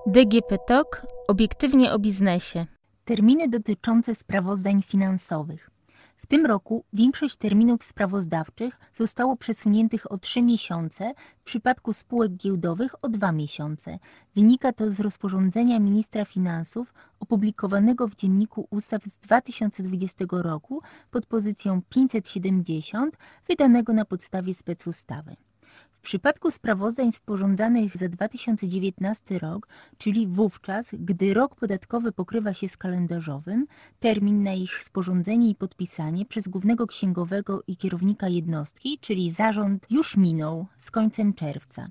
DGP Talk obiektywnie o biznesie. Terminy dotyczące sprawozdań finansowych. W tym roku większość terminów sprawozdawczych zostało przesuniętych o 3 miesiące, w przypadku spółek giełdowych o 2 miesiące. Wynika to z rozporządzenia ministra finansów opublikowanego w Dzienniku Ustaw z 2020 roku pod pozycją 570, wydanego na podstawie specustawy. W przypadku sprawozdań sporządzanych za 2019 rok, czyli wówczas, gdy rok podatkowy pokrywa się z kalendarzowym, termin na ich sporządzenie i podpisanie przez głównego księgowego i kierownika jednostki, czyli zarząd, już minął z końcem czerwca.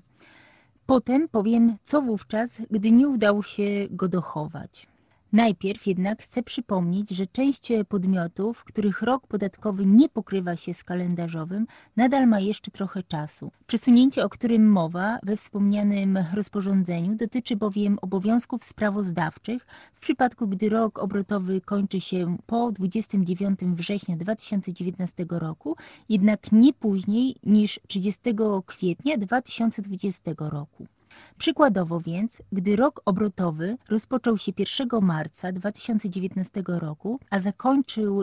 Potem powiem, co wówczas, gdy nie udało się go dochować. Najpierw jednak chcę przypomnieć, że część podmiotów, których rok podatkowy nie pokrywa się z kalendarzowym, nadal ma jeszcze trochę czasu. Przesunięcie, o którym mowa we wspomnianym rozporządzeniu, dotyczy bowiem obowiązków sprawozdawczych w przypadku, gdy rok obrotowy kończy się po 29 września 2019 roku, jednak nie później niż 30 kwietnia 2020 roku. Przykładowo więc, gdy rok obrotowy rozpoczął się 1 marca 2019 roku, a zakończył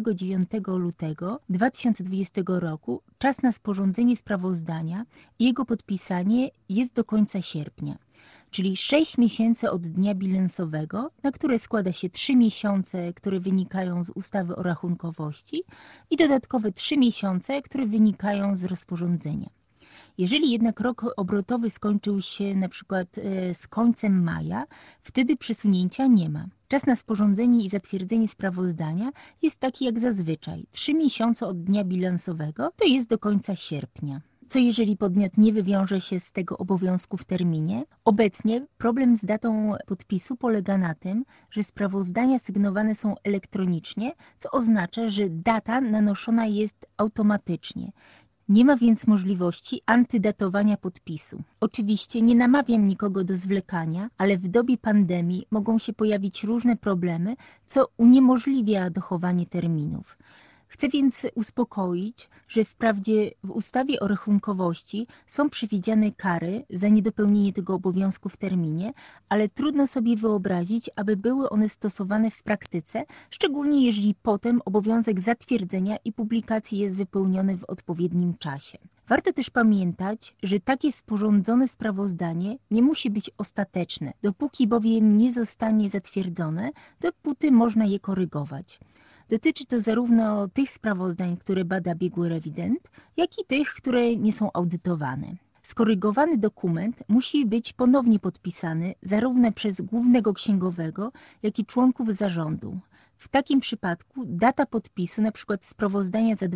29 lutego 2020 roku, czas na sporządzenie sprawozdania i jego podpisanie jest do końca sierpnia. Czyli 6 miesięcy od dnia bilansowego, na które składa się 3 miesiące, które wynikają z ustawy o rachunkowości i dodatkowe 3 miesiące, które wynikają z rozporządzenia. Jeżeli jednak rok obrotowy skończył się na przykład z końcem maja, wtedy przesunięcia nie ma. Czas na sporządzenie i zatwierdzenie sprawozdania jest taki jak zazwyczaj. 3 miesiące od dnia bilansowego to jest do końca sierpnia. Co jeżeli podmiot nie wywiąże się z tego obowiązku w terminie? Obecnie problem z datą podpisu polega na tym, że sprawozdania sygnowane są elektronicznie, co oznacza, że data nanoszona jest automatycznie. Nie ma więc możliwości antydatowania podpisu. Oczywiście nie namawiam nikogo do zwlekania, ale w dobie pandemii mogą się pojawić różne problemy, co uniemożliwia dochowanie terminów. Chcę więc uspokoić, że wprawdzie w ustawie o rachunkowości są przewidziane kary za niedopełnienie tego obowiązku w terminie, ale trudno sobie wyobrazić, aby były one stosowane w praktyce, szczególnie jeżeli potem obowiązek zatwierdzenia i publikacji jest wypełniony w odpowiednim czasie. Warto też pamiętać, że takie sporządzone sprawozdanie nie musi być ostateczne, dopóki bowiem nie zostanie zatwierdzone, dopóty można je korygować. Dotyczy to zarówno tych sprawozdań, które bada biegły rewident, jak i tych, które nie są audytowane. Skorygowany dokument musi być ponownie podpisany zarówno przez głównego księgowego, jak i członków zarządu. W takim przypadku data podpisu, np. sprawozdania za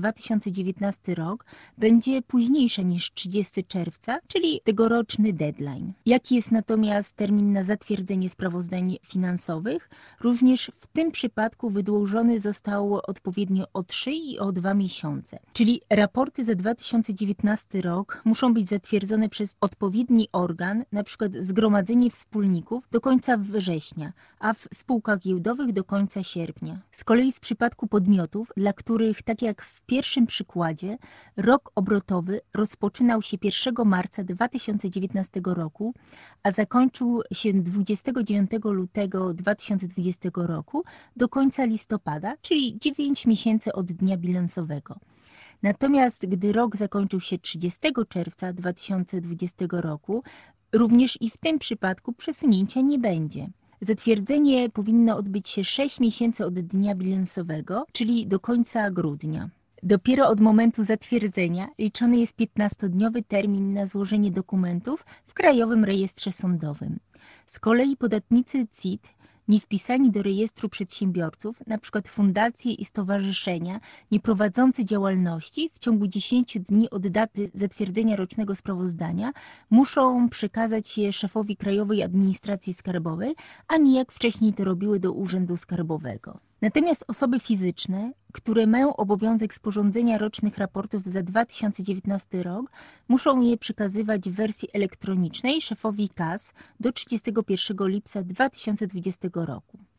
2019 rok, będzie późniejsza niż 30 czerwca, czyli tegoroczny deadline. Jaki jest natomiast termin na zatwierdzenie sprawozdań finansowych? Również w tym przypadku wydłużony został odpowiednio o 3 i o 2 miesiące. Czyli raporty za 2019 rok muszą być zatwierdzone przez odpowiedni organ, np. Zgromadzenie Wspólników do końca września, a w spółkach giełdowych do końca sierpnia. Z kolei w przypadku podmiotów, dla których, tak jak w pierwszym przykładzie, rok obrotowy rozpoczynał się 1 marca 2019 roku, a zakończył się 29 lutego 2020 roku do końca listopada, czyli 9 miesięcy od dnia bilansowego. Natomiast gdy rok zakończył się 30 czerwca 2020 roku, również i w tym przypadku przesunięcia nie będzie. Zatwierdzenie powinno odbyć się 6 miesięcy od dnia bilansowego, czyli do końca grudnia. Dopiero od momentu zatwierdzenia liczony jest 15-dniowy termin na złożenie dokumentów w Krajowym Rejestrze Sądowym. Z kolei podatnicy CIT nie wpisani do rejestru przedsiębiorców, np. fundacje i stowarzyszenia nie prowadzące działalności w ciągu 10 dni od daty zatwierdzenia rocznego sprawozdania muszą przekazać je szefowi Krajowej Administracji Skarbowej, a nie jak wcześniej to robiły do Urzędu Skarbowego. Natomiast osoby fizyczne, które mają obowiązek sporządzenia rocznych raportów za 2019 rok, muszą je przekazywać w wersji elektronicznej szefowi KAS do 31 lipca 2020 roku.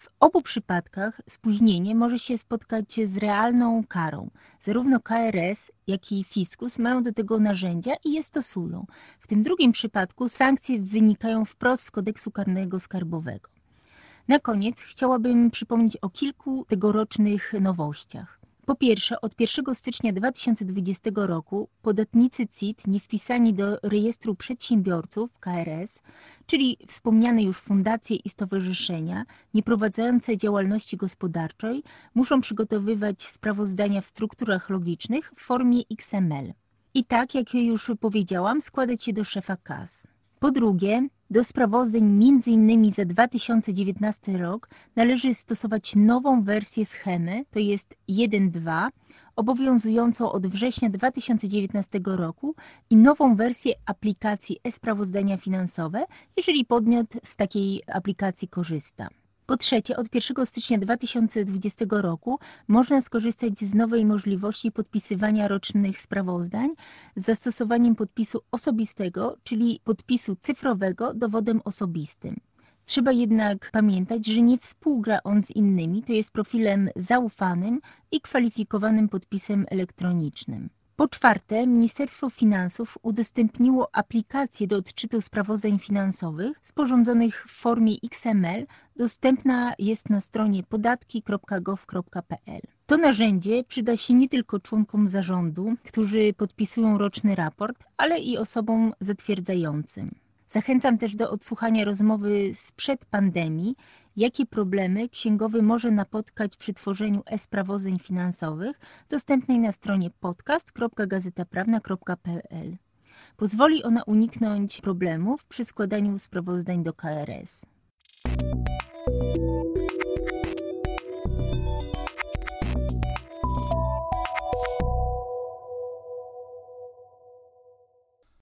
W obu przypadkach spóźnienie może się spotkać z realną karą. Zarówno KRS, jak i fiskus mają do tego narzędzia i je stosują. W tym drugim przypadku sankcje wynikają wprost z kodeksu karnego skarbowego. Na koniec chciałabym przypomnieć o kilku tegorocznych nowościach. Po pierwsze, od 1 stycznia 2020 roku podatnicy CIT nie wpisani do rejestru przedsiębiorców KRS, czyli wspomniane już fundacje i stowarzyszenia nieprowadzące działalności gospodarczej, muszą przygotowywać sprawozdania w strukturach logicznych w formie XML. I tak, jak już powiedziałam, składać je do szefa KAS. Po drugie, do sprawozdań m.in. za 2019 rok należy stosować nową wersję schemy, to jest 1.2, obowiązującą od września 2019 roku i nową wersję aplikacji e-sprawozdania finansowe, jeżeli podmiot z takiej aplikacji korzysta. Po trzecie, od 1 stycznia 2020 roku można skorzystać z nowej możliwości podpisywania rocznych sprawozdań z zastosowaniem podpisu osobistego, czyli podpisu cyfrowego dowodem osobistym. Trzeba jednak pamiętać, że nie współgra on z innymi, to jest profilem zaufanym i kwalifikowanym podpisem elektronicznym. Po czwarte, Ministerstwo Finansów udostępniło aplikację do odczytu sprawozdań finansowych sporządzonych w formie XML. Dostępna jest na stronie podatki.gov.pl. To narzędzie przyda się nie tylko członkom zarządu, którzy podpisują roczny raport, ale i osobom zatwierdzającym. Zachęcam też do odsłuchania rozmowy sprzed pandemii, jakie problemy księgowy może napotkać przy tworzeniu e-sprawozdań finansowych, dostępnej na stronie podcast.gazetaprawna.pl. Pozwoli ona uniknąć problemów przy składaniu sprawozdań do KRS.